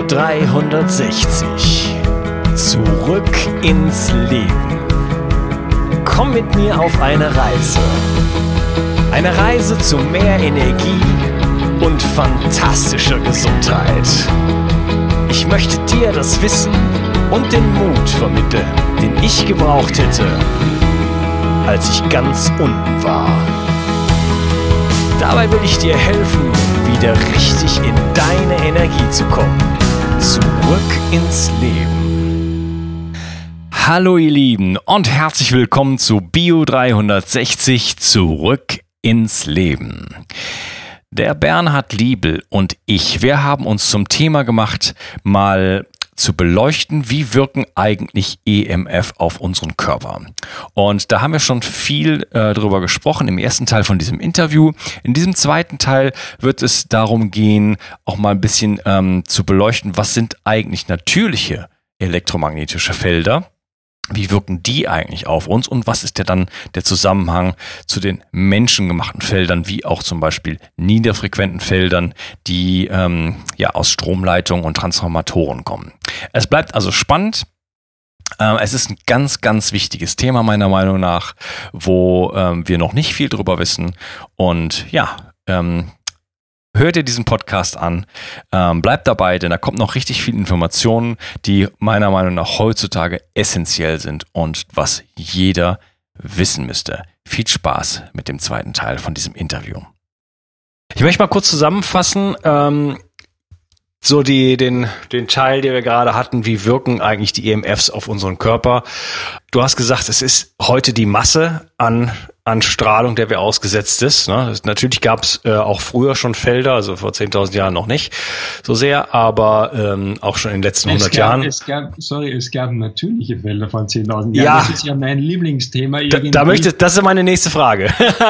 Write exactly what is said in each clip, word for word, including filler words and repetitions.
dreihundertsechzig. Zurück ins Leben. Komm mit mir auf eine Reise. Eine Reise zu mehr Energie und fantastischer Gesundheit. Ich möchte dir das Wissen und den Mut vermitteln, den ich gebraucht hätte, als ich ganz unten war. Dabei will ich dir helfen, wieder richtig in deine Energie zu kommen. Zurück ins Leben. Hallo ihr Lieben und herzlich willkommen zu Bio dreihundertsechzig Zurück ins Leben. Der Bernhard Liebel und ich, wir haben uns zum Thema gemacht, mal zu beleuchten, wie wirken eigentlich E M F auf unseren Körper. Und da haben wir schon viel äh, drüber gesprochen im ersten Teil von diesem Interview. In diesem zweiten Teil wird es darum gehen, auch mal ein bisschen ähm, zu beleuchten, was sind eigentlich natürliche elektromagnetische Felder? Wie wirken die eigentlich auf uns und was ist ja dann der Zusammenhang zu den menschengemachten Feldern, wie auch zum Beispiel niederfrequenten Feldern, die ähm, ja aus Stromleitungen und Transformatoren kommen. Es bleibt also spannend. Äh, es ist ein ganz, ganz wichtiges Thema meiner Meinung nach, wo ähm, wir noch nicht viel drüber wissen. Und ja, ähm, hört ihr diesen Podcast an, ähm, bleibt dabei, denn da kommt noch richtig viel Informationen, die meiner Meinung nach heutzutage essentiell sind und was jeder wissen müsste. Viel Spaß mit dem zweiten Teil von diesem Interview. Ich möchte mal kurz zusammenfassen, ähm, so die, den, den Teil, den wir gerade hatten, wie wirken eigentlich die E M Fs auf unseren Körper. Du hast gesagt, es ist heute die Masse an an Strahlung, der wir ausgesetzt ist. Ne? Natürlich gab es äh, auch früher schon Felder, also vor zehntausend Jahren noch nicht so sehr, aber ähm, auch schon in den letzten hundert gab, Jahren. Es gab, sorry, es gab natürliche Felder von zehntausend Jahren. Ja, das ist ja mein Lieblingsthema. Da, da möchte, das ist meine nächste Frage.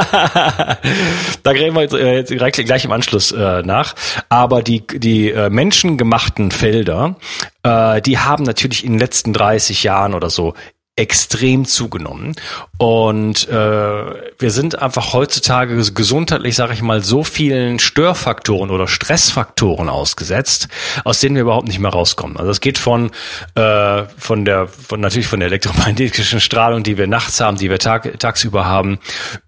Da reden wir jetzt, äh, jetzt gleich, gleich im Anschluss äh, nach. Aber die, die äh, menschengemachten Felder, äh, die haben natürlich in den letzten dreißig Jahren oder so extrem zugenommen und äh, wir sind einfach heutzutage gesundheitlich, sage ich mal, so vielen Störfaktoren oder Stressfaktoren ausgesetzt, aus denen wir überhaupt nicht mehr rauskommen. Also es geht von äh, von der von natürlich von der elektromagnetischen Strahlung, die wir nachts haben, die wir tag, tagsüber haben,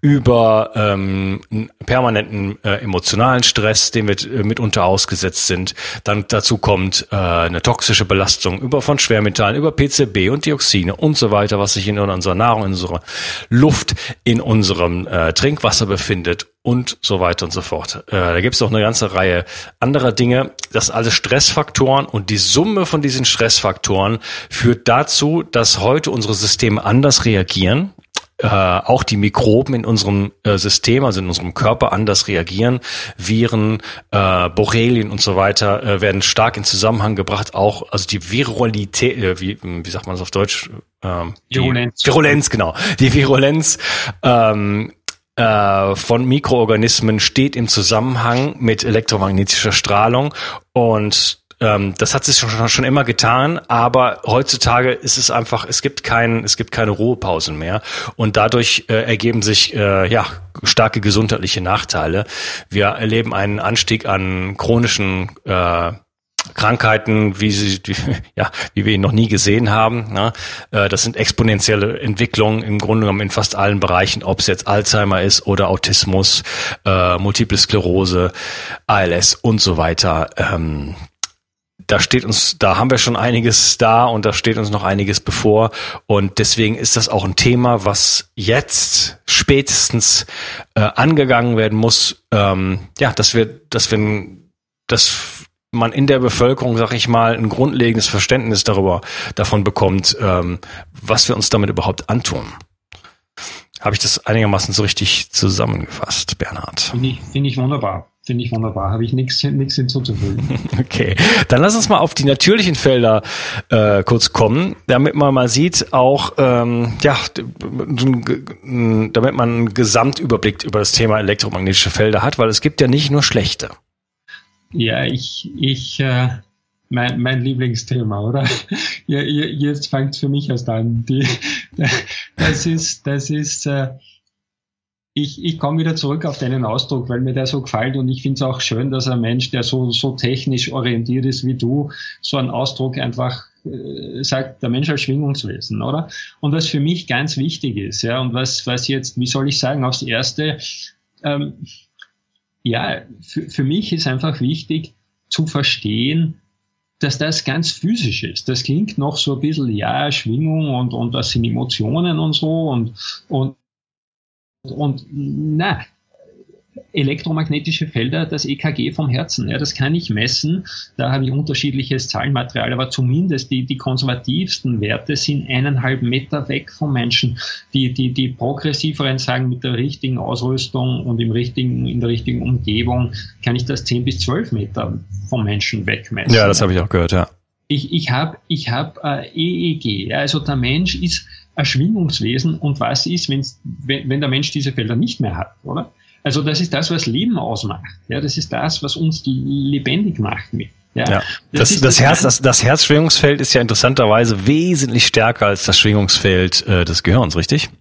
über ähm, einen permanenten äh, emotionalen Stress, dem wir äh, mitunter ausgesetzt sind. Dann dazu kommt äh, eine toxische Belastung über von Schwermetallen, über P C B und Dioxine und so weiter, was sich in unserer Nahrung, in unserer Luft, in unserem äh, Trinkwasser befindet und so weiter und so fort. Äh, da gibt es noch eine ganze Reihe anderer Dinge. Das sind alles Stressfaktoren und die Summe von diesen Stressfaktoren führt dazu, dass heute unsere Systeme anders reagieren. Äh, auch die Mikroben in unserem äh, System, also in unserem Körper anders reagieren. Viren, äh, Borrelien und so weiter äh, werden stark in Zusammenhang gebracht. Auch, also die Virulität, äh, wie, wie sagt man das auf Deutsch? Ähm, Virulenz. Virulenz, genau. Die Virulenz ähm, äh, von Mikroorganismen steht im Zusammenhang mit elektromagnetischer Strahlung und Ähm, das hat sich schon, schon immer getan, aber heutzutage ist es einfach, es gibt kein, es gibt keine Ruhepausen mehr und dadurch äh, ergeben sich äh, ja starke gesundheitliche Nachteile. Wir erleben einen Anstieg an chronischen äh, Krankheiten, wie sie, die, ja, wie wir ihn noch nie gesehen haben. Ne? Das sind exponentielle Entwicklungen im Grunde genommen in fast allen Bereichen, ob es jetzt Alzheimer ist oder Autismus, äh, Multiple Sklerose, A L S und so weiter. Ähm, Da steht uns, da haben wir schon einiges da und da steht uns noch einiges bevor und deswegen ist das auch ein Thema, was jetzt spätestens äh, angegangen werden muss. Ähm, ja, dass wir, dass wir, dass man in der Bevölkerung, sag ich mal, ein grundlegendes Verständnis darüber davon bekommt, ähm, was wir uns damit überhaupt antun. Habe ich das einigermaßen so richtig zusammengefasst, Bernhard? Finde ich, finde ich wunderbar. Finde ich wunderbar. Habe ich nichts nichts hinzuzufügen. Okay, dann lass uns mal auf die natürlichen Felder äh, kurz kommen, damit man mal sieht, auch ähm, ja, damit man einen Gesamtüberblick über das Thema elektromagnetische Felder hat, weil es gibt ja nicht nur schlechte. Ja, ich ich äh, mein mein Lieblingsthema, oder? Ja, jetzt fängt es für mich erst an. Die, das ist das ist äh, Ich, ich komme wieder zurück auf deinen Ausdruck, weil mir der so gefällt und ich finde es auch schön, dass ein Mensch, der so, so technisch orientiert ist wie du, so einen Ausdruck einfach äh, sagt, der Mensch als Schwingungswesen, oder? Und was für mich ganz wichtig ist, ja, und was, was jetzt, wie soll ich sagen, aufs Erste, ähm, ja, für, für mich ist einfach wichtig zu verstehen, dass das ganz physisch ist. Das klingt noch so ein bisschen, ja, Schwingung und, und das sind Emotionen und so und, und Und na, elektromagnetische Felder, das E K G vom Herzen, ja, das kann ich messen. Da habe ich unterschiedliches Zahlenmaterial, aber zumindest die, die konservativsten Werte sind eineinhalb Meter weg vom Menschen. Die, die, die progressiveren sagen, mit der richtigen Ausrüstung und im richtigen, in der richtigen Umgebung kann ich das zehn bis zwölf Meter vom Menschen wegmessen. Ja, das habe ich auch gehört, ja. Ich, ich habe ich hab, äh, E E G, also der Mensch ist ein Schwingungswesen und was ist, wenn's, wenn, wenn der Mensch diese Felder nicht mehr hat, oder? Also das ist das, was Leben ausmacht. Ja, das ist das, was uns lebendig macht mit. Ja, ja. Das, das, das, Herz, das, das Herzschwingungsfeld ist ja interessanterweise wesentlich stärker als das Schwingungsfeld äh, des Gehirns, richtig?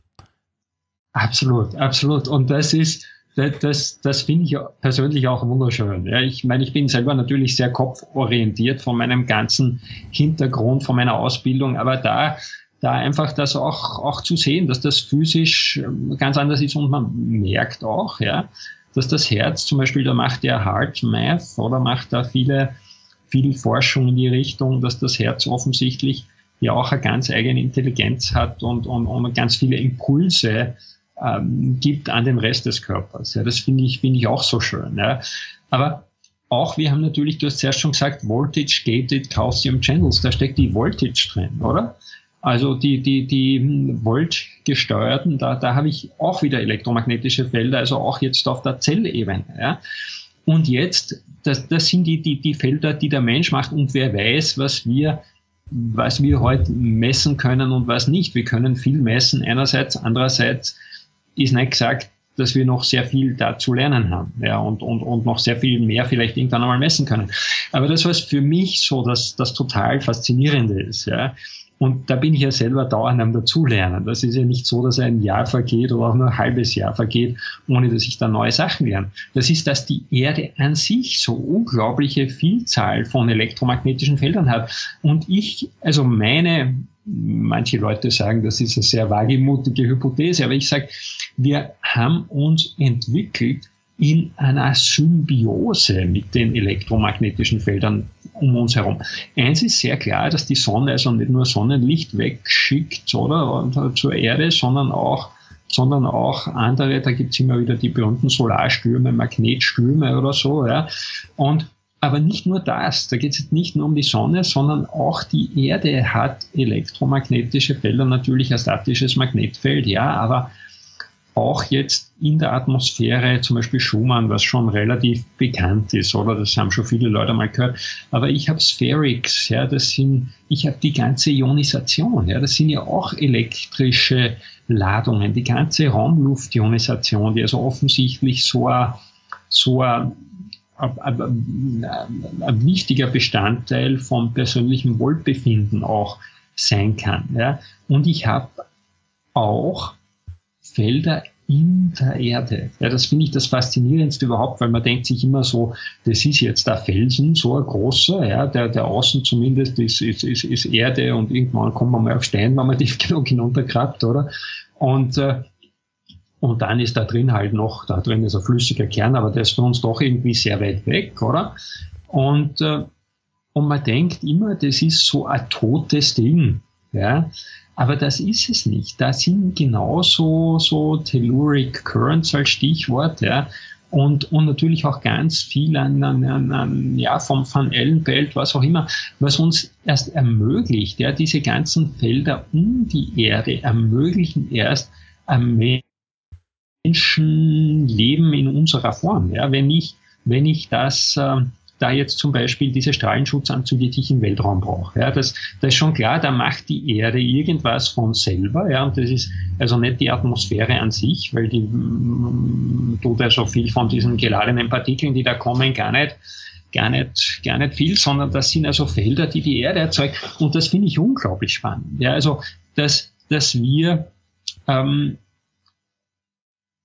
Absolut, absolut. Und das ist, das, das, das finde ich persönlich auch wunderschön. Ja, ich meine, ich bin selber natürlich sehr kopforientiert von meinem ganzen Hintergrund, von meiner Ausbildung, aber da da einfach das auch, auch zu sehen, dass das physisch ganz anders ist und man merkt auch, ja, dass das Herz zum Beispiel, da macht der Heart Math oder macht da viele, viel Forschung in die Richtung, dass das Herz offensichtlich ja auch eine ganz eigene Intelligenz hat und, und, und ganz viele Impulse ähm, gibt an den Rest des Körpers. Ja, das finde ich, finde ich auch so schön. Ja. Aber auch, wir haben natürlich, du hast zuerst schon gesagt, Voltage Gated Calcium Channels, da steckt die Voltage drin, oder? Also die, die, die Volt-gesteuerten, da, da habe ich auch wieder elektromagnetische Felder, also auch jetzt auf der Zellebene. Ja. Und jetzt, das, das sind die, die, die Felder, die der Mensch macht und wer weiß, was wir, was wir heute messen können und was nicht. Wir können viel messen einerseits, andererseits ist nicht gesagt, dass wir noch sehr viel da zu lernen haben, ja, und, und, und noch sehr viel mehr vielleicht irgendwann einmal messen können. Aber das, was für mich so das, das total Faszinierende ist, ja, und da bin ich ja selber dauernd am Dazulernen. Das ist ja nicht so, dass ein Jahr vergeht oder auch nur ein halbes Jahr vergeht, ohne dass ich da neue Sachen lerne. Das ist, dass die Erde an sich so unglaubliche Vielzahl von elektromagnetischen Feldern hat. Und ich, also meine, manche Leute sagen, das ist eine sehr wagemutige Hypothese, aber ich sage, wir haben uns entwickelt in einer Symbiose mit den elektromagnetischen Feldern um uns herum. Eins ist sehr klar, dass die Sonne also nicht nur Sonnenlicht wegschickt, oder, zur Erde, sondern auch, sondern auch andere, da gibt's immer wieder die berühmten Solarstürme, Magnetstürme oder so, ja. Und aber nicht nur das, da geht es nicht nur um die Sonne, sondern auch die Erde hat elektromagnetische Felder, natürlich ein statisches Magnetfeld, ja, aber auch jetzt in der Atmosphäre, zum Beispiel Schumann, was schon relativ bekannt ist, oder das haben schon viele Leute mal gehört, aber ich habe Spherics, ja, das sind, ich habe die ganze Ionisation, ja, das sind ja auch elektrische Ladungen, die ganze Raumluftionisation, die also offensichtlich so ein, so ein, ein, ein, ein wichtiger Bestandteil vom persönlichen Wohlbefinden auch sein kann, ja, und ich habe auch Felder in der Erde. Ja, das finde ich das Faszinierendste überhaupt, weil man denkt sich immer so, das ist jetzt der Felsen, so ein großer, ja, der, der außen zumindest ist, ist, ist, ist Erde und irgendwann kommt man mal auf Stein, wenn man tief genug hinuntergrabt, oder? Und, äh, und dann ist da drin halt noch, da drin ist ein flüssiger Kern, aber der ist für uns doch irgendwie sehr weit weg, oder? Und, äh, und man denkt immer, das ist so ein totes Ding, ja. Aber das ist es nicht. Da sind genauso so Telluric Currents als Stichwort, ja, und, und natürlich auch ganz viel an, an, an, an ja, vom Van Allen-Feld, was auch immer, was uns erst ermöglicht, ja, diese ganzen Felder um die Erde ermöglichen erst ein Menschenleben in unserer Form, ja, wenn ich, wenn ich das, äh, da jetzt zum Beispiel diese Strahlenschutzanzüge, die ich im Weltraum brauche. Ja, das, das ist schon klar, da macht die Erde irgendwas von selber, ja, und das ist also nicht die Atmosphäre an sich, weil die mm, tut ja so viel von diesen geladenen Partikeln, die da kommen, gar nicht, gar nicht, gar nicht viel, sondern das sind also Felder, die die Erde erzeugt, und das finde ich unglaublich spannend. Ja, also, dass, dass wir, ähm,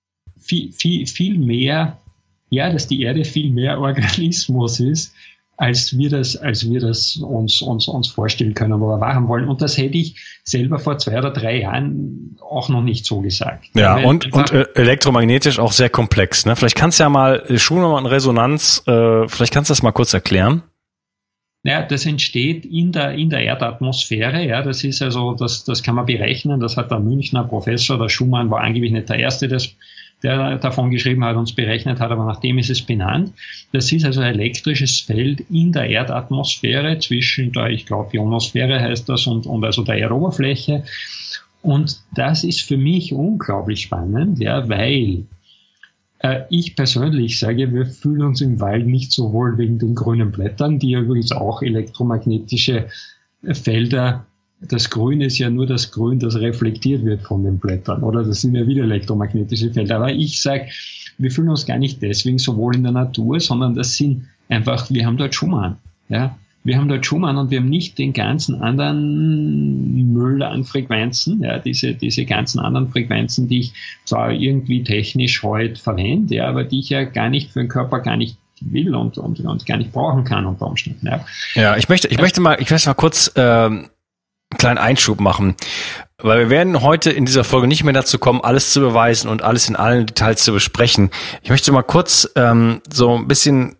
viel, viel, viel mehr, ja, dass die Erde viel mehr Organismus ist, als wir das, als wir das uns, uns, uns vorstellen können oder wahren wollen. Und das hätte ich selber vor zwei oder drei Jahren auch noch nicht so gesagt. Ja, Weil und, und äh, elektromagnetisch auch sehr komplex, ne? Vielleicht kannst du ja mal Schumann und Resonanz, äh, vielleicht kannst du das mal kurz erklären. Ja, das entsteht in der, in der Erdatmosphäre, ja, das ist also, das, das kann man berechnen, das hat der Münchner Professor, der Schumann war angeblich nicht der Erste, das, der davon geschrieben hat, uns berechnet hat, aber nachdem ist es benannt. Das ist also ein elektrisches Feld in der Erdatmosphäre zwischen der, ich glaube, Ionosphäre heißt das, und, und also der Erdoberfläche. Und das ist für mich unglaublich spannend, ja, weil ich persönlich sage, wir fühlen uns im Wald nicht so wohl wegen den grünen Blättern, die ja übrigens auch elektromagnetische Felder, das Grün ist ja nur das Grün, das reflektiert wird von den Blättern, oder? Das sind ja wieder elektromagnetische Felder. Aber ich sage, wir fühlen uns gar nicht deswegen so wohl in der Natur, sondern das sind einfach, wir haben dort Schumann, ja. Wir haben dort Schumann und wir haben nicht den ganzen anderen Müll an Frequenzen, ja, diese, diese ganzen anderen Frequenzen, die ich zwar irgendwie technisch heute verwende, ja, aber die ich ja gar nicht für den Körper gar nicht will und, und, und gar nicht brauchen kann unter Umständen. Ja, ja ich möchte, ich möchte mal, ich möchte mal kurz ähm, einen kleinen Einschub machen, weil wir werden heute in dieser Folge nicht mehr dazu kommen, alles zu beweisen und alles in allen Details zu besprechen. Ich möchte mal kurz ähm, so ein bisschen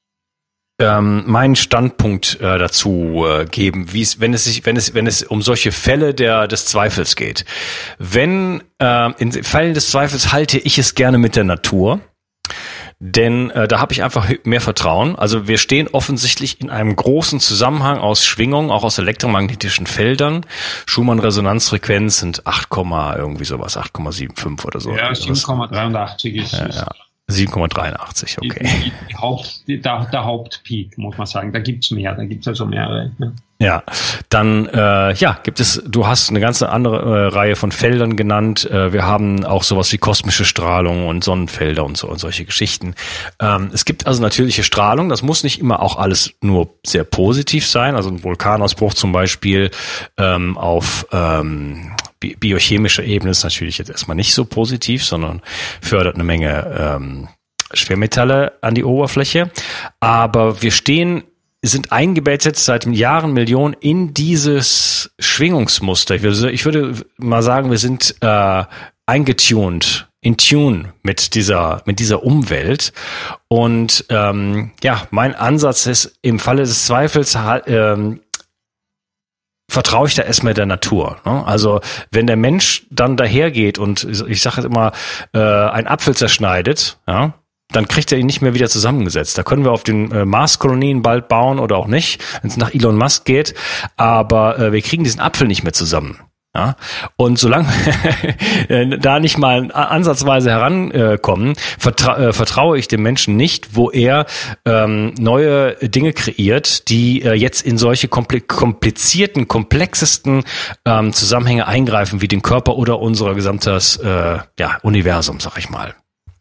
Ähm, meinen Standpunkt äh, dazu äh, geben, wie es, wenn es sich, wenn es, wenn es um solche Fälle der des Zweifels geht. Wenn äh, in Fällen des Zweifels halte ich es gerne mit der Natur, denn äh, da habe ich einfach mehr Vertrauen. Also wir stehen offensichtlich in einem großen Zusammenhang aus Schwingungen, auch aus elektromagnetischen Feldern. Schumann-Resonanzfrequenz sind acht, irgendwie sowas, acht Komma fünfundsiebzig oder so. Ja, sieben Komma dreiundachtzig ist ja, ja. sieben Komma dreiundachtzig, okay. Die, die, die Haupt, die, der, der Hauptpeak, muss man sagen. Da gibt's mehr, da gibt's also mehrere. Ja, ja dann äh, ja, gibt es, du hast eine ganze andere äh, Reihe von Feldern genannt. Äh, wir haben auch sowas wie kosmische Strahlung und Sonnenfelder und so und solche Geschichten. Ähm, es gibt also natürliche Strahlung, das muss nicht immer auch alles nur sehr positiv sein. Also ein Vulkanausbruch zum Beispiel ähm, auf ähm, biochemischer Ebene ist natürlich jetzt erstmal nicht so positiv, sondern fördert eine Menge ähm, Schwermetalle an die Oberfläche. Aber wir stehen, sind eingebettet seit Jahren, Millionen in dieses Schwingungsmuster. Ich würde, ich würde mal sagen, wir sind äh, eingetuned, in tune mit dieser, mit dieser Umwelt. Und ähm, ja, mein Ansatz ist im Falle des Zweifels ähm, vertraue ich da erstmal der Natur. Ne? Also wenn der Mensch dann dahergeht und ich sage immer, äh, einen Apfel zerschneidet, ja, dann kriegt er ihn nicht mehr wieder zusammengesetzt. Da können wir auf den äh, Mars-Kolonien bald bauen oder auch nicht, wenn es nach Elon Musk geht, aber äh, wir kriegen diesen Apfel nicht mehr zusammen. Ja, und solange wir da nicht mal ansatzweise herankommen, vertra- äh, vertraue ich dem Menschen nicht, wo er ähm, neue Dinge kreiert, die äh, jetzt in solche kompl- komplizierten, komplexesten ähm, Zusammenhänge eingreifen, wie den Körper oder unser gesamtes äh, ja, Universum, sag ich mal.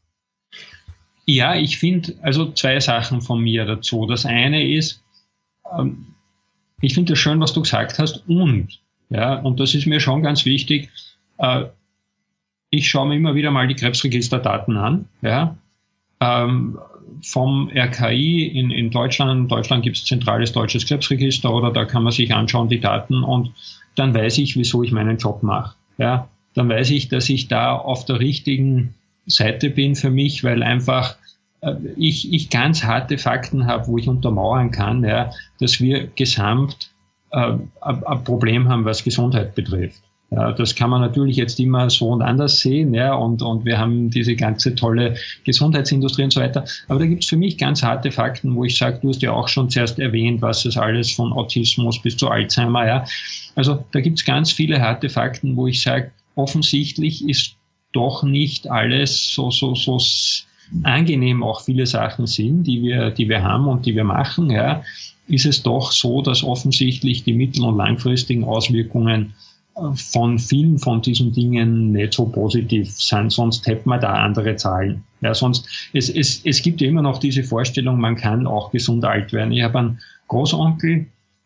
Ja, ich finde, also zwei Sachen von mir dazu. Das eine ist, ähm, ich finde es schön, was du gesagt hast, und ja, und das ist mir schon ganz wichtig. Äh, ich schaue mir immer wieder mal die Krebsregisterdaten an. Ja, ähm, vom R K I in, in Deutschland. In Deutschland gibt es zentrales deutsches Krebsregister, oder da kann man sich anschauen, die Daten, und dann weiß ich, wieso ich meinen Job mache. Ja, dann weiß ich, dass ich da auf der richtigen Seite bin für mich, weil einfach äh, ich, ich ganz harte Fakten habe, wo ich untermauern kann, ja, dass wir gesamt ein Problem haben, was Gesundheit betrifft. Ja, das kann man natürlich jetzt immer so und anders sehen, ja, und, und wir haben diese ganze tolle Gesundheitsindustrie und so weiter. Aber da gibt es für mich ganz harte Fakten, wo ich sage, du hast ja auch schon zuerst erwähnt, was es alles von Autismus bis zu Alzheimer, ja. Also da gibt es ganz viele harte Fakten, wo ich sage, offensichtlich ist doch nicht alles so, so, so angenehm, auch viele Sachen sind, die wir, die wir haben und die wir machen, ja. Ist es doch so, dass offensichtlich die mittel- und langfristigen Auswirkungen von vielen von diesen Dingen nicht so positiv sind, sonst hätten wir da andere Zahlen. Ja, sonst, es, es, es gibt ja immer noch diese Vorstellung, man kann auch gesund alt werden. Ich habe einen Großonkel,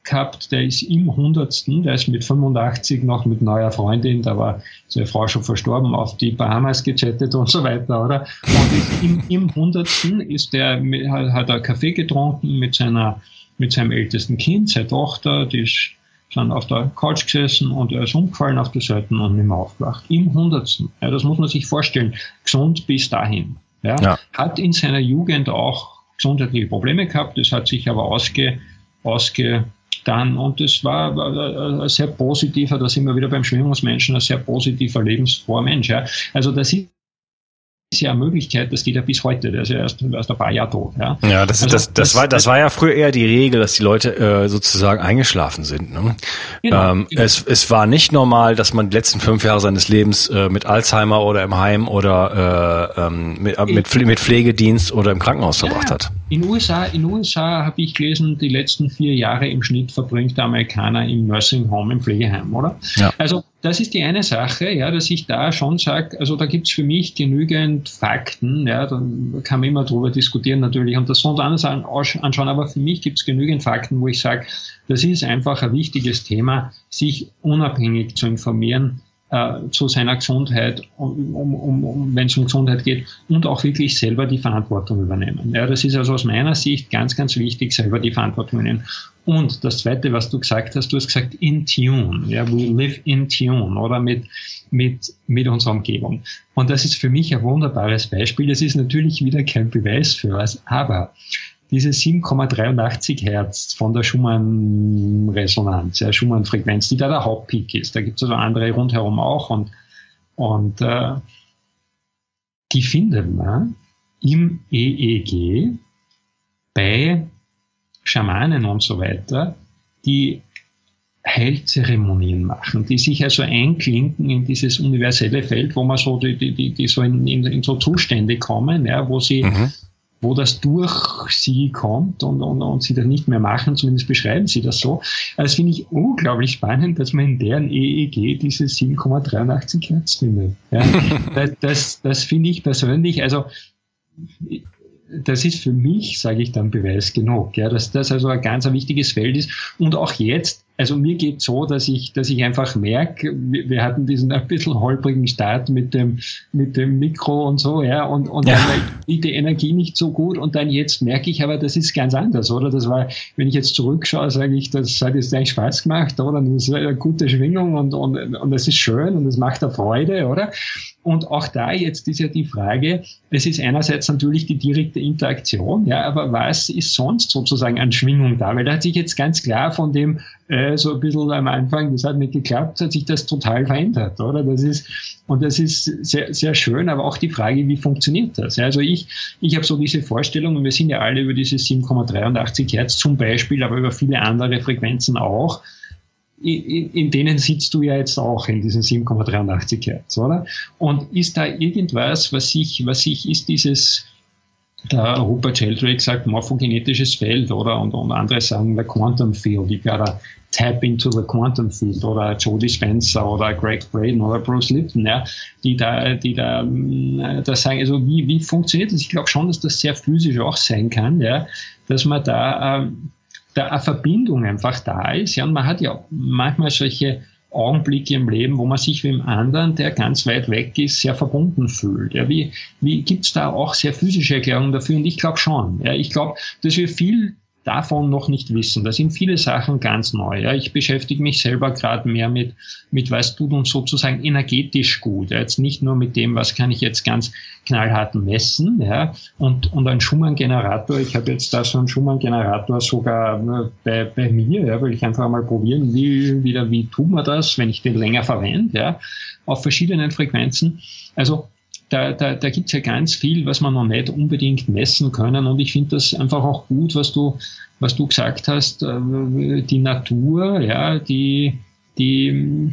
gehabt, der ist im Hundertsten, der ist mit fünfundachtzig noch mit neuer Freundin, da war seine Frau schon verstorben, auf die Bahamas gechattet und so weiter, oder? Und ist im, im Hundertsten ist der, hat er Kaffee getrunken mit seiner, mit seinem ältesten Kind, seine Tochter, die ist dann auf der Couch gesessen und er ist umgefallen auf die Seiten und nicht mehr aufgewacht. Im Hundertsten. Ja, das muss man sich vorstellen. Gesund bis dahin. Ja, ja. Hat in seiner Jugend auch gesundheitliche Probleme gehabt, das hat sich aber ausge, ausgetan und das war ein sehr positiver, da sind wir wieder beim Schwingungsmenschen, ein sehr positiver, lebensfroher Mensch. Ja. Also das ist ja eine Möglichkeit, das geht ja bis heute, der ist ja erst, erst ein paar Jahre tot. Ja, ja das, also, das, das, das, war, das war ja früher eher die Regel, dass die Leute äh, sozusagen eingeschlafen sind. Ne? Genau, ähm, genau. Es, es war nicht normal, dass man die letzten fünf Jahre seines Lebens äh, mit Alzheimer oder im Heim oder äh, ähm, mit, äh, mit, mit Pflegedienst oder im Krankenhaus ja, verbracht hat. In den U S A, in den U S A habe ich gelesen, die letzten vier Jahre im Schnitt verbringt der Amerikaner im Nursing Home, im Pflegeheim, oder? Ja. Also das ist die eine Sache, ja, dass ich da schon sage, also da gibt's für mich genügend Fakten, ja, da kann man immer drüber diskutieren natürlich und das sonst anders anschauen, aber für mich gibt's genügend Fakten, wo ich sage, das ist einfach ein wichtiges Thema, sich unabhängig zu informieren äh, zu seiner Gesundheit, um, um, um, um, wenn es um Gesundheit geht und auch wirklich selber die Verantwortung übernehmen. Ja, das ist also aus meiner Sicht ganz, ganz wichtig, selber die Verantwortung übernehmen. Und das Zweite, was du gesagt hast, du hast gesagt, in tune, ja, we live in tune, oder mit, mit, mit unserer Umgebung. Und das ist für mich ein wunderbares Beispiel. Das ist natürlich wieder kein Beweis für was, aber diese sieben Komma dreiundachtzig Hertz von der Schumann-Resonanz, ja, Schumann-Frequenz, die da der Hauptpeak ist, da gibt es also andere rundherum auch und, und äh, die findet man im E E G bei Schamanen und so weiter, die Heilzeremonien machen, die sich also einklinken in dieses universelle Feld, wo man so die, die, die, die so in, in, in so Zustände kommen, ja, wo sie, mhm. wo das durch sie kommt und, und, und sie das nicht mehr machen, zumindest beschreiben sie das so. Also das finde ich unglaublich spannend, dass man in deren E E G diese sieben Komma dreiundachtzig Hertz findet. Ja, das das, das finde ich persönlich, also das ist für mich, sage ich dann, Beweis genug, ja, dass das also ein ganz ein wichtiges Feld ist. Und auch jetzt, also mir geht so, dass ich, dass ich einfach merke, wir, wir hatten diesen ein bisschen holprigen Start mit dem, mit dem Mikro und so, ja, und, und ja. dann liegt die Energie nicht so gut und dann jetzt merke ich aber, das ist ganz anders, oder? Das war, wenn ich jetzt zurückschaue, sage ich, das hat jetzt eigentlich Spaß gemacht, oder? Das ist eine gute Schwingung und, und, und das ist schön und es macht eine Freude, oder? Und auch da jetzt ist ja die Frage, es ist einerseits natürlich die direkte Interaktion, ja, aber was ist sonst sozusagen an Schwingung da? Weil da hat sich jetzt ganz klar von dem, äh, so ein bisschen am Anfang, das hat nicht geklappt, hat sich das total verändert, oder? Das ist, und das ist sehr, sehr schön, aber auch die Frage, wie funktioniert das? Ja, also ich, ich habe so diese Vorstellung, und wir sind ja alle über diese sieben Komma dreiundachtzig Hertz zum Beispiel, aber über viele andere Frequenzen auch, In, in denen sitzt du ja jetzt auch in diesen sieben Komma dreiundachtzig Hertz, oder? Und ist da irgendwas, was sich, was sich ist dieses, der Rupert Sheldrake sagt, morphogenetisches Feld, oder? Und, und andere sagen, the quantum field, you gotta tap into the quantum field, oder Joe Dispenza oder Greg Braden oder Bruce Lipton, ja, die da, die da, da sagen, also wie, wie funktioniert das? Ich glaube schon, dass das sehr physisch auch sein kann, ja, dass man da, ähm, da eine Verbindung einfach da ist. Ja, und man hat ja manchmal solche Augenblicke im Leben, wo man sich mit dem anderen, der ganz weit weg ist, sehr verbunden fühlt. Ja, wie, wie gibt's da auch sehr physische Erklärungen dafür? Und ich glaube schon. Ja, ich glaube, dass wir viel davon noch nicht wissen. Da sind viele Sachen ganz neu. Ja, ich beschäftige mich selber gerade mehr mit, mit was tut uns sozusagen energetisch gut. Ja, jetzt nicht nur mit dem, was kann ich jetzt ganz knallhart messen. Ja, und, und ein Schumann-Generator, ich habe jetzt da so einen Schumann-Generator sogar bei, bei mir, ja, weil ich einfach mal probieren will, wieder, wie tut man das, wenn ich den länger verwende, ja, auf verschiedenen Frequenzen. Also Da, da, da gibt's ja ganz viel, was man noch nicht unbedingt messen können. Und ich finde das einfach auch gut, was du, was du gesagt hast. Die Natur, ja, die, die,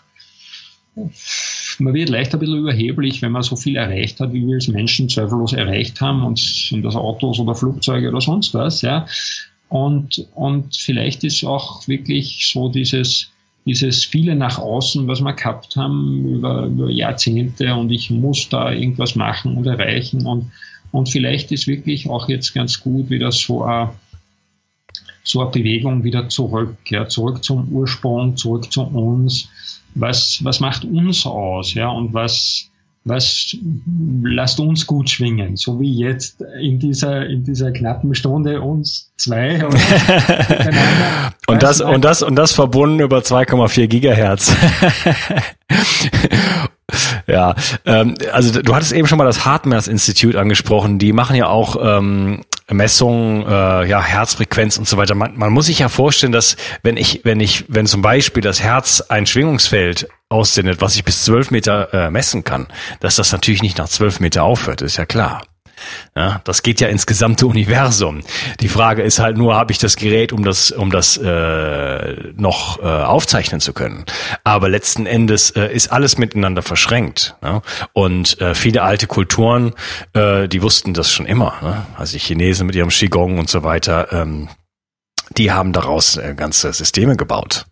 man wird leicht ein bisschen überheblich, wenn man so viel erreicht hat, wie wir als Menschen zweifellos erreicht haben, und sind das Autos oder Flugzeuge oder sonst was, ja. Und, und vielleicht ist auch wirklich so dieses, dieses viele nach außen, was wir gehabt haben über, über Jahrzehnte, und ich muss da irgendwas machen und erreichen, und, und vielleicht ist wirklich auch jetzt ganz gut, wieder so ein, so eine Bewegung wieder zurück, ja, zurück zum Ursprung, zurück zu uns. Was, was macht uns aus, ja, und was, was lasst uns gut schwingen, so wie jetzt in dieser, in dieser knappen Stunde uns zwei. und das, und das, und das verbunden über zwei Komma vier Gigahertz. Ja, ähm, also du hattest eben schon mal das HeartMath-Institut angesprochen. Die machen ja auch ähm, Messungen, äh, ja, Herzfrequenz und so weiter. Man, man muss sich ja vorstellen, dass wenn ich, wenn ich, wenn zum Beispiel das Herz ein Schwingungsfeld aussendet, was ich bis zwölf Meter äh, messen kann, dass das natürlich nicht nach zwölf Meter aufhört, ist ja klar. Ja, das geht ja ins gesamte Universum. Die Frage ist halt nur, habe ich das Gerät, um das, um das äh, noch äh, aufzeichnen zu können? Aber letzten Endes äh, ist alles miteinander verschränkt. Ne? Und äh, viele alte Kulturen, äh, die wussten das schon immer. Ne? Also die Chinesen mit ihrem Qigong und so weiter, ähm, die haben daraus äh, ganze Systeme gebaut.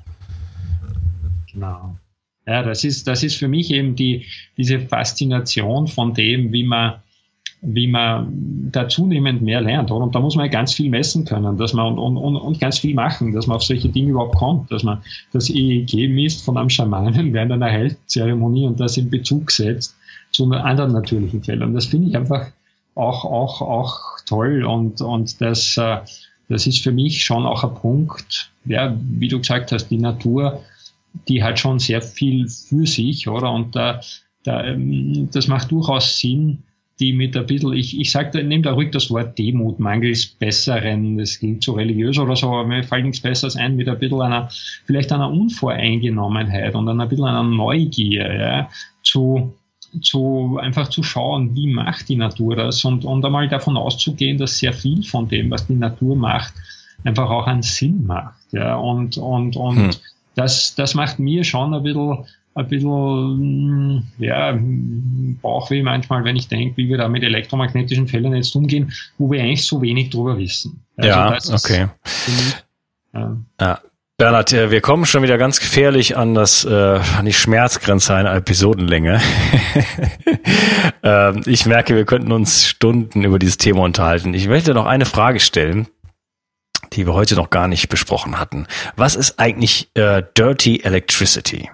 Genau. Ja, das ist, das ist für mich eben die diese Faszination von dem, wie man wie man da zunehmend mehr lernt. Und da muss man ganz viel messen können, dass man und, und, und ganz viel machen, dass man auf solche Dinge überhaupt kommt, dass man das E E G misst von einem Schamanen während einer Heilzeremonie und das in Bezug setzt zu anderen natürlichen Feldern. Das finde ich einfach auch, auch, auch toll und, und das, das ist für mich schon auch ein Punkt, ja, wie du gesagt hast, die Natur, die hat schon sehr viel für sich, oder? Und da, da, das macht durchaus Sinn, die mit ein bisschen, ich, ich sage, nehme da ruhig das Wort Demut, mangels Besseren, das klingt so religiös oder so, aber mir fällt nichts Besseres ein, mit ein bisschen einer, vielleicht einer Unvoreingenommenheit und einer bisschen einer Neugier, ja, zu, zu, einfach zu schauen, wie macht die Natur das und, und einmal davon auszugehen, dass sehr viel von dem, was die Natur macht, einfach auch einen Sinn macht, ja, und, und, und hm. das, das macht mir schon ein bisschen, ein bisschen, ja, Bauchweh manchmal, wenn ich denke, wie wir da mit elektromagnetischen Feldern jetzt umgehen, wo wir eigentlich so wenig drüber wissen. Also ja, das okay. Ist, ja. ja. Bernhard, wir kommen schon wieder ganz gefährlich an das, äh, an die Schmerzgrenze einer Episodenlänge. ähm, ich merke, wir könnten uns Stunden über dieses Thema unterhalten. Ich möchte noch eine Frage stellen, die wir heute noch gar nicht besprochen hatten. Was ist eigentlich äh, Dirty Electricity?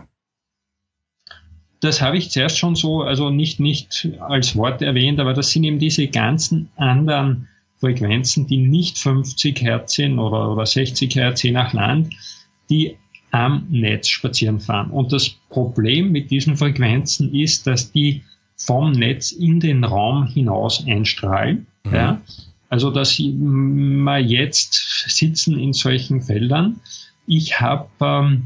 Das habe ich zuerst schon so, also nicht, nicht als Wort erwähnt, aber das sind eben diese ganzen anderen Frequenzen, die nicht fünfzig Hertz sind oder, oder sechzig Hertz je nach Land, die am Netz spazieren fahren. Und das Problem mit diesen Frequenzen ist, dass die vom Netz in den Raum hinaus einstrahlen. Mhm. Ja? Also, dass wir jetzt sitzen in solchen Feldern. Ich habe ähm,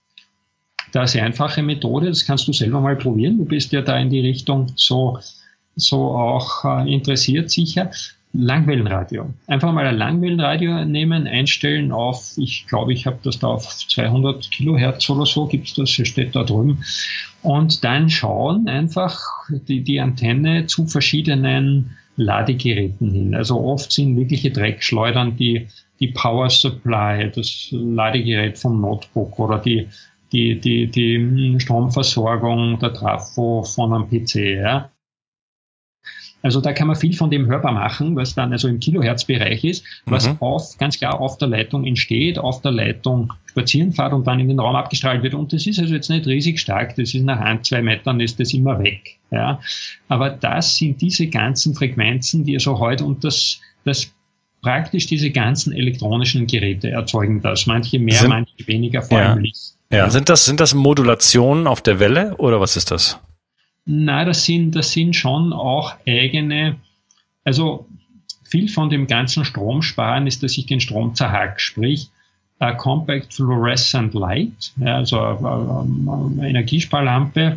da sehr einfache Methode, das kannst du selber mal probieren. Du bist ja da in die Richtung so, so auch äh, interessiert sicher. Langwellenradio. Einfach mal ein Langwellenradio nehmen, einstellen auf, ich glaube, ich habe das da auf zweihundert Kilohertz oder so, gibt's das, steht da drüben. Und dann schauen einfach die, die Antenne zu verschiedenen Ladegeräten hin. Also oft sind wirkliche Dreckschleudern die, die Power Supply, das Ladegerät vom Notebook oder die Die, die, die Stromversorgung, der Trafo von einem P C, ja. Also da kann man viel von dem hörbar machen, was dann also im Kilohertz-Bereich ist, was mhm. auf, ganz klar auf der Leitung entsteht, auf der Leitung spazieren fährt und dann in den Raum abgestrahlt wird. Und das ist also jetzt nicht riesig stark, das ist nach ein, zwei Metern ist das immer weg, ja. Aber das sind diese ganzen Frequenzen, die also heute, und das, das praktisch diese ganzen elektronischen Geräte erzeugen das. Manche mehr, sind, manche weniger, vor allem Licht. Ja, sind das, sind das Modulationen auf der Welle oder was ist das? Nein, das sind, das sind schon auch eigene, also viel von dem ganzen Stromsparen ist, dass ich den Strom zerhack, sprich, a Compact Fluorescent Light, ja, also eine, eine Energiesparlampe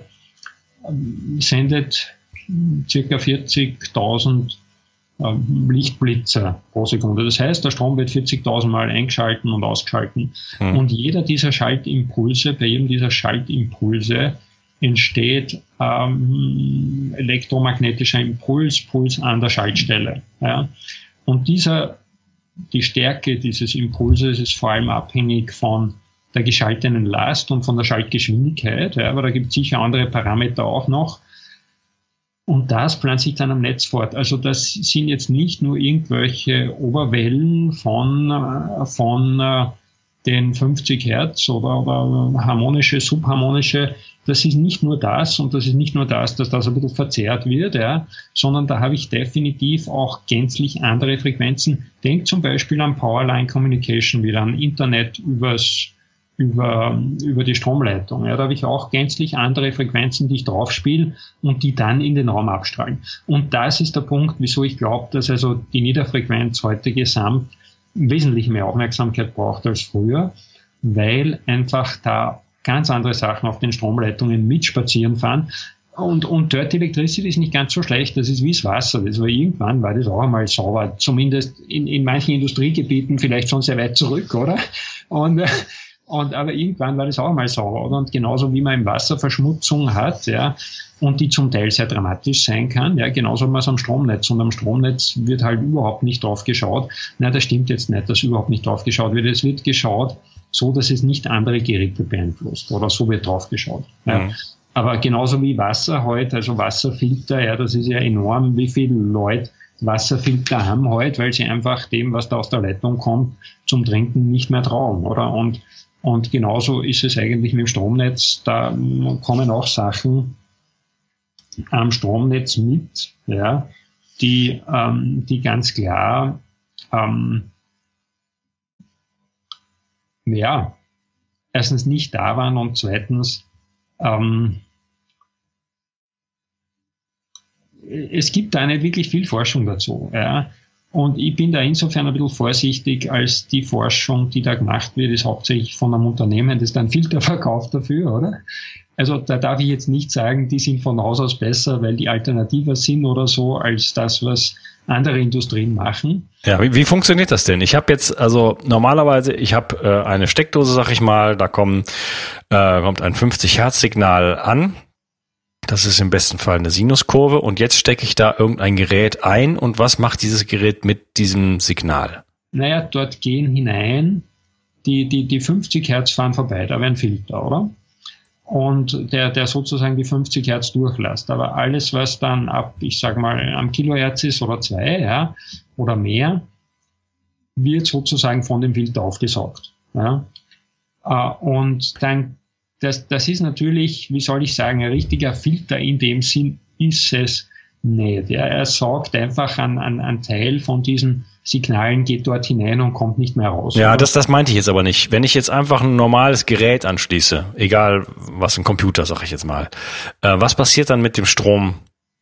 sendet circa vierzigtausend Lichtblitzer pro Sekunde. Das heißt, der Strom wird vierzigtausend Mal eingeschalten und ausgeschalten. Hm. Und jeder dieser Schaltimpulse, bei jedem dieser Schaltimpulse entsteht ähm, elektromagnetischer Impuls, Puls an der Schaltstelle. Ja. Und dieser, die Stärke dieses Impulses ist vor allem abhängig von der geschalteten Last und von der Schaltgeschwindigkeit. Ja, aber da gibt es sicher andere Parameter auch noch. Und das pflanzt sich dann am Netz fort. Also das sind jetzt nicht nur irgendwelche Oberwellen von, von den fünfzig Hertz oder, oder harmonische, subharmonische. Das ist nicht nur das und das ist nicht nur das, dass das ein bisschen verzerrt wird, ja, sondern da habe ich definitiv auch gänzlich andere Frequenzen. Denk zum Beispiel an Powerline Communication, wieder an Internet übers, über, über die Stromleitung. Ja, da habe ich auch gänzlich andere Frequenzen, die ich draufspiele und die dann in den Raum abstrahlen. Und das ist der Punkt, wieso ich glaube, dass also die Niederfrequenz heute gesamt wesentlich mehr Aufmerksamkeit braucht als früher, weil einfach da ganz andere Sachen auf den Stromleitungen mit spazieren fahren. Und, und Dirty Electricity ist nicht ganz so schlecht, das ist wie das Wasser. Das war irgendwann, war das auch einmal sauber, zumindest in, in manchen Industriegebieten vielleicht schon sehr weit zurück, oder? Und, und aber irgendwann war das auch einmal sauber, oder? Und genauso wie man im Wasser Verschmutzung hat, ja, und die zum Teil sehr dramatisch sein kann, ja, genauso hat man es am Stromnetz. Und am Stromnetz wird halt überhaupt nicht drauf geschaut. Na, das stimmt jetzt nicht, dass überhaupt nicht drauf geschaut wird. Es wird geschaut, so dass es nicht andere Geräte beeinflusst, oder so wird drauf geschaut. Ja. Mhm. Aber genauso wie Wasser heute, also Wasserfilter, ja, das ist ja enorm, wie viele Leute Wasserfilter haben heute, weil sie einfach dem, was da aus der Leitung kommt, zum Trinken nicht mehr trauen, oder? Und, und genauso ist es eigentlich mit dem Stromnetz. Da kommen auch Sachen am Stromnetz mit, ja, die, ähm, die ganz klar, ähm, ja, erstens nicht da waren und zweitens, ähm, es gibt da nicht wirklich viel Forschung dazu, ja. Und ich bin da insofern ein bisschen vorsichtig, als die Forschung, die da gemacht wird, ist hauptsächlich von einem Unternehmen, das dann Filter verkauft dafür, oder? Also da darf ich jetzt nicht sagen, die sind von Haus aus besser, weil die alternativer sind oder so, als das, was andere Industrien machen. Ja, wie, wie funktioniert das denn? Ich habe jetzt, also normalerweise, ich habe äh, eine Steckdose, sag ich mal, da kommen, äh, kommt ein fünfzig Hertz Signal an. Das ist im besten Fall eine Sinuskurve und jetzt stecke ich da irgendein Gerät ein und was macht dieses Gerät mit diesem Signal? Naja, dort gehen hinein, die, die, die fünfzig Hertz fahren vorbei, da wäre ein Filter, oder? Und der, der sozusagen die fünfzig Hertz durchlässt. Aber alles, was dann ab, ich sag mal, am Kilohertz ist oder zwei, ja, oder mehr, wird sozusagen von dem Filter aufgesaugt. Ja. Und dann, das, das ist natürlich, wie soll ich sagen, ein richtiger Filter in dem Sinn ist es nicht. Ja. Er saugt einfach an, an, an Teil von diesen Signalen, geht dort hinein und kommt nicht mehr raus. Ja, das, das meinte ich jetzt aber nicht. Wenn ich jetzt einfach ein normales Gerät anschließe, egal was, ein Computer, sag ich jetzt mal, äh, was passiert dann mit dem Strom,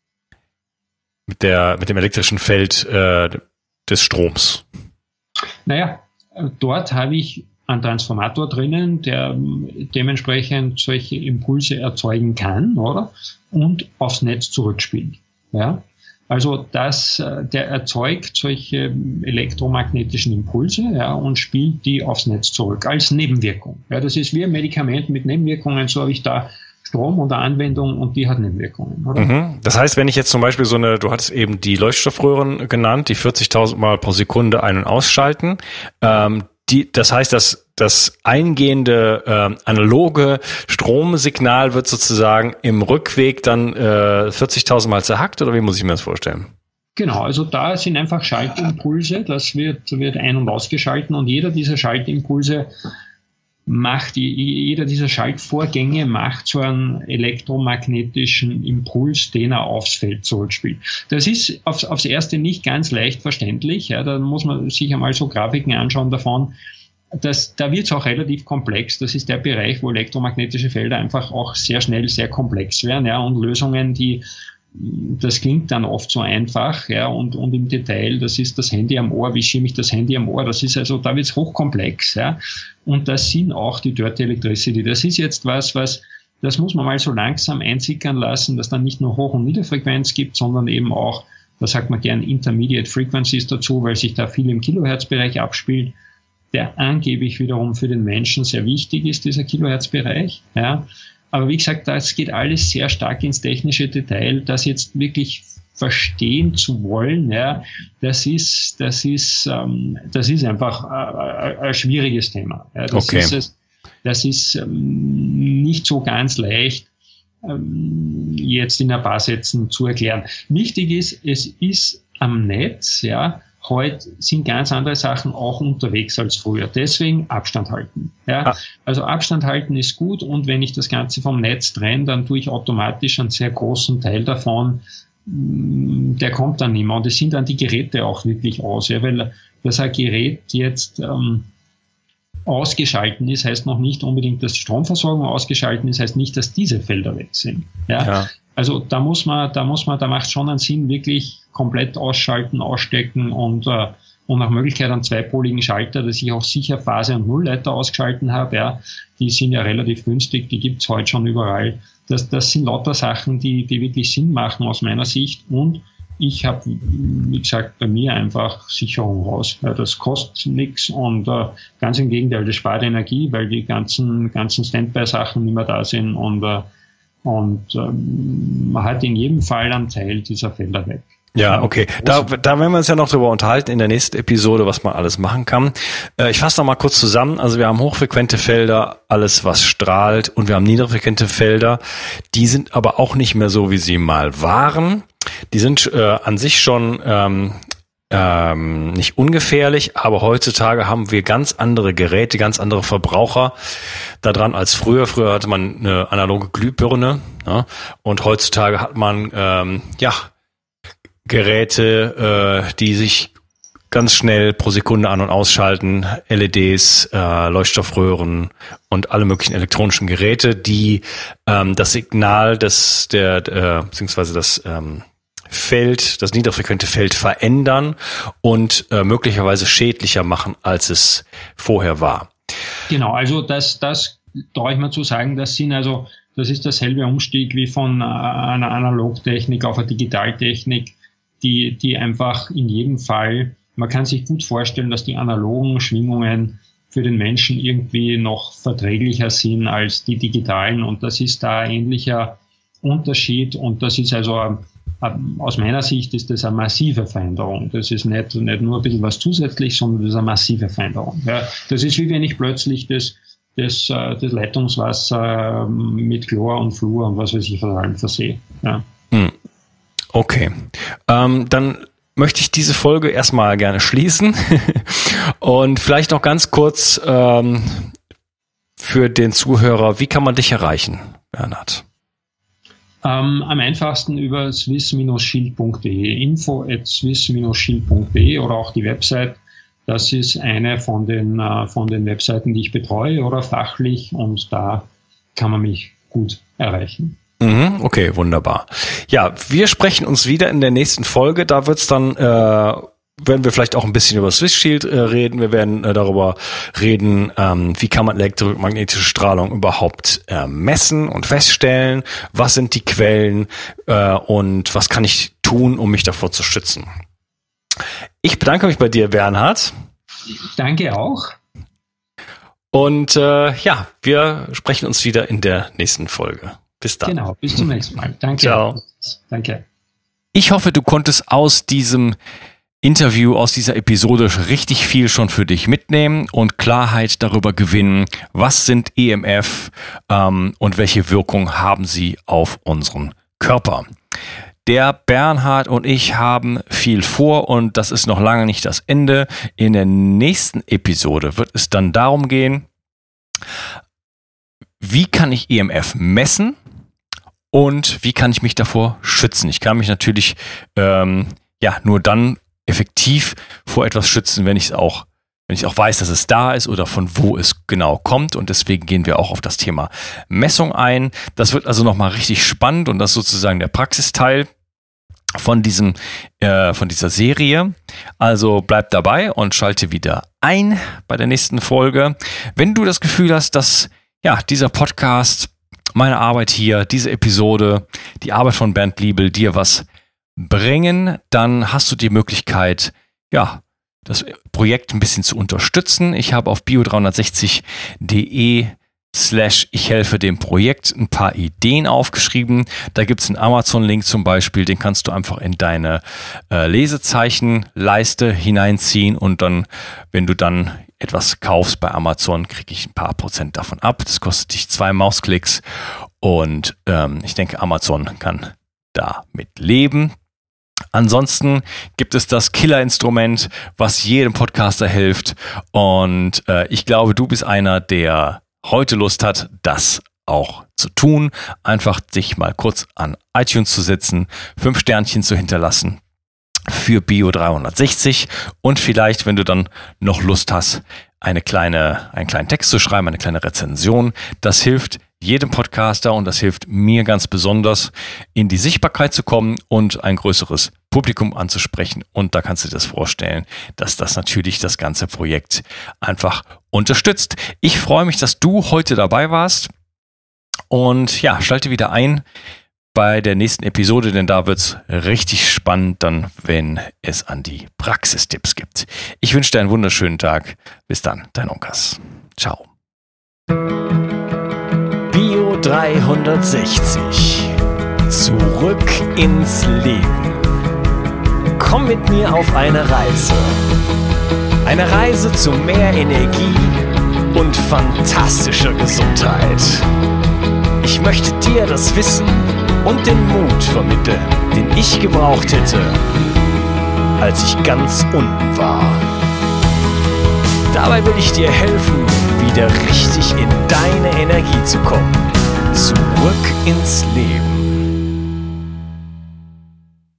mit der, mit dem elektrischen Feld äh, des Stroms? Naja, dort habe ich einen Transformator drinnen, der dementsprechend solche Impulse erzeugen kann, oder? Und aufs Netz zurückspielt. Ja. Also das, der erzeugt solche elektromagnetischen Impulse, ja, und spielt die aufs Netz zurück als Nebenwirkung. Ja, das ist wie ein Medikament mit Nebenwirkungen, so habe ich da Strom oder Anwendung und die hat Nebenwirkungen, oder? Mhm. Das heißt, wenn ich jetzt zum Beispiel so eine, du hattest eben die Leuchtstoffröhren genannt, die vierzigtausend Mal pro Sekunde ein- und ausschalten, ähm, die, das heißt, dass das eingehende äh, analoge Stromsignal wird sozusagen im Rückweg dann äh, vierzigtausend Mal zerhackt, oder wie muss ich mir das vorstellen? Genau, also da sind einfach Schaltimpulse, das wird, wird ein- und ausgeschalten und jeder dieser Schaltimpulse macht, jeder dieser Schaltvorgänge macht so einen elektromagnetischen Impuls, den er aufs Feld zurückspielt. Das ist aufs, aufs Erste nicht ganz leicht verständlich, ja, da muss man sich einmal so Grafiken anschauen davon. Das, da wird es auch relativ komplex. Das ist der Bereich, wo elektromagnetische Felder einfach auch sehr schnell sehr komplex werden, ja, und Lösungen, die, das klingt dann oft so einfach, ja, und, und im Detail, das ist das Handy am Ohr, wie schiebe ich das Handy am Ohr, das ist also, da wird es hochkomplex, ja, und das sind auch die Dirty Electricity. Das ist jetzt was, was, das muss man mal so langsam einsickern lassen, dass dann nicht nur Hoch- und Niederfrequenz gibt, sondern eben auch, da sagt man gern Intermediate Frequencies dazu, weil sich da viel im Kilohertzbereich abspielt, der angeblich wiederum für den Menschen sehr wichtig ist, dieser Kilohertzbereich, ja. Aber wie gesagt, das geht alles sehr stark ins technische Detail, das jetzt wirklich verstehen zu wollen, ja, das ist, das ist, ähm, das ist einfach ein, ein schwieriges Thema. Ja, das okay. ist es, das ist ähm, nicht so ganz leicht. ähm, jetzt in ein paar Sätzen zu erklären. Wichtig ist, es ist am Netz, ja, heute sind ganz andere Sachen auch unterwegs als früher. Deswegen Abstand halten. Ja. Ah. Also Abstand halten ist gut, und wenn ich das Ganze vom Netz trenne, dann tue ich automatisch einen sehr großen Teil davon, der kommt dann nicht mehr. Und es sind dann die Geräte auch wirklich aus. Ja, weil dass ein Gerät jetzt ähm, ausgeschalten ist, heißt noch nicht unbedingt, dass die Stromversorgung ausgeschalten ist, heißt nicht, dass diese Felder weg sind. Ja. Ja. Also da muss man, da muss man, da macht schon einen Sinn, wirklich komplett ausschalten, ausstecken und, äh, und nach Möglichkeit einen zweipoligen Schalter, dass ich auch sicher Phase- und Nullleiter ausgeschalten habe. Ja. Die sind ja relativ günstig, die gibt's heute schon überall. Das, das sind lauter Sachen, die, die wirklich Sinn machen aus meiner Sicht, und ich habe, wie gesagt, bei mir einfach Sicherung raus. Ja, das kostet nichts, und äh, ganz im Gegenteil, das spart Energie, weil die ganzen, ganzen Standby-Sachen nicht mehr da sind, und äh, Und ähm, man hat in jedem Fall einen Teil dieser Felder weg. Ja, okay. Da, da werden wir uns ja noch drüber unterhalten in der nächsten Episode, was man alles machen kann. Äh, ich fasse noch mal kurz zusammen. Also wir haben hochfrequente Felder, alles was strahlt, und wir haben niederfrequente Felder. Die sind aber auch nicht mehr so, wie sie mal waren. Die sind äh, an sich schon ähm, Ähm, nicht ungefährlich, aber heutzutage haben wir ganz andere Geräte, ganz andere Verbraucher da dran als früher. Früher hatte man eine analoge Glühbirne, ja, und heutzutage hat man ähm, ja Geräte, äh, die sich ganz schnell pro Sekunde an- und ausschalten, L E Ds, äh, Leuchtstoffröhren und alle möglichen elektronischen Geräte, die ähm, das Signal des der äh, beziehungsweise das ähm, Feld, das niederfrequente Feld verändern und äh, möglicherweise schädlicher machen, als es vorher war. Genau, also das, das traue ich mir zu sagen, das sind also, das ist derselbe Umstieg wie von äh, einer Analogtechnik auf eine Digitaltechnik, die, die einfach in jedem Fall, man kann sich gut vorstellen, dass die analogen Schwingungen für den Menschen irgendwie noch verträglicher sind als die digitalen, und das ist da ein ähnlicher Unterschied, und das ist also aus meiner Sicht ist das eine massive Veränderung. Das ist nicht, nicht nur ein bisschen was zusätzlich, sondern das ist eine massive Veränderung. Ja, das ist wie wenn ich plötzlich das, das, das Leitungswasser mit Chlor und Fluor und was weiß ich was allem versehe. Ja. Okay. Ähm, dann möchte ich diese Folge erstmal gerne schließen und vielleicht noch ganz kurz ähm, für den Zuhörer, wie kann man dich erreichen, Bernhard? Ähm, am einfachsten über swiss Bindestrich shield Punkt de, info at swiss Bindestrich shield Punkt de, oder auch die Website. Das ist eine von den, äh, von den Webseiten, die ich betreue oder fachlich, und da kann man mich gut erreichen. Mhm, okay, wunderbar. Ja, wir sprechen uns wieder in der nächsten Folge. Da wird's dann, äh, werden wir vielleicht auch ein bisschen über Swiss Shield äh, reden. Wir werden äh, darüber reden, ähm, wie kann man elektromagnetische Strahlung überhaupt äh, messen und feststellen, was sind die Quellen äh, und was kann ich tun, um mich davor zu schützen. Ich bedanke mich bei dir, Bernhard. Danke auch. Und äh, ja, wir sprechen uns wieder in der nächsten Folge. Bis dann. Genau, bis zum nächsten Mal. Danke. Ciao. Danke. Ich hoffe, du konntest aus diesem Interview, aus dieser Episode richtig viel schon für dich mitnehmen und Klarheit darüber gewinnen, was sind E M F ähm, und welche Wirkung haben sie auf unseren Körper. Der Bernhard und ich haben viel vor, und das ist noch lange nicht das Ende. In der nächsten Episode wird es dann darum gehen, wie kann ich E M F messen und wie kann ich mich davor schützen. Ich kann mich natürlich ähm, ja nur dann effektiv vor etwas schützen, wenn ich es auch, wenn ich auch weiß, dass es da ist oder von wo es genau kommt. Und deswegen gehen wir auch auf das Thema Messung ein. Das wird also nochmal richtig spannend, und das ist sozusagen der Praxisteil von diesem, äh, von dieser Serie. Also bleib dabei und schalte wieder ein bei der nächsten Folge. Wenn du das Gefühl hast, dass ja dieser Podcast, meine Arbeit hier, diese Episode, die Arbeit von Bernd Bliebel dir was bringen, dann hast du die Möglichkeit, ja, das Projekt ein bisschen zu unterstützen. Ich habe auf bio dreihundertsechzig punkt de slash ich helfe dem Projekt ein paar Ideen aufgeschrieben. Da gibt es einen Amazon-Link zum Beispiel, den kannst du einfach in deine äh, Lesezeichenleiste hineinziehen, und dann, wenn du dann etwas kaufst bei Amazon, kriege ich ein paar Prozent davon ab. Das kostet dich zwei Mausklicks, Und ähm, ich denke, Amazon kann damit leben. Ansonsten gibt es das Killerinstrument, was jedem Podcaster hilft. Und äh, ich glaube, du bist einer, der heute Lust hat, das auch zu tun. Einfach dich mal kurz an iTunes zu setzen, fünf Sternchen zu hinterlassen für Bio dreihundertsechzig und vielleicht, wenn du dann noch Lust hast, eine kleine, einen kleinen Text zu schreiben, eine kleine Rezension. Das hilft jedem Podcaster und das hilft mir ganz besonders, in die Sichtbarkeit zu kommen und ein größeres Publikum anzusprechen. Und da kannst du dir das vorstellen, dass das natürlich das ganze Projekt einfach unterstützt. Ich freue mich, dass du heute dabei warst und ja, schalte wieder ein bei der nächsten Episode, denn da wird es richtig spannend dann, wenn es an die Praxistipps gibt. Ich wünsche dir einen wunderschönen Tag. Bis dann, dein Unkas. Ciao. Bio dreihundertsechzig. Zurück ins Leben. Komm mit mir auf eine Reise. Eine Reise zu mehr Energie und fantastischer Gesundheit. Ich möchte dir das Wissen und den Mut vermitteln, den ich gebraucht hätte, als ich ganz unten war. Dabei will ich dir helfen, wieder richtig in deine Energie zu kommen. Zurück ins Leben.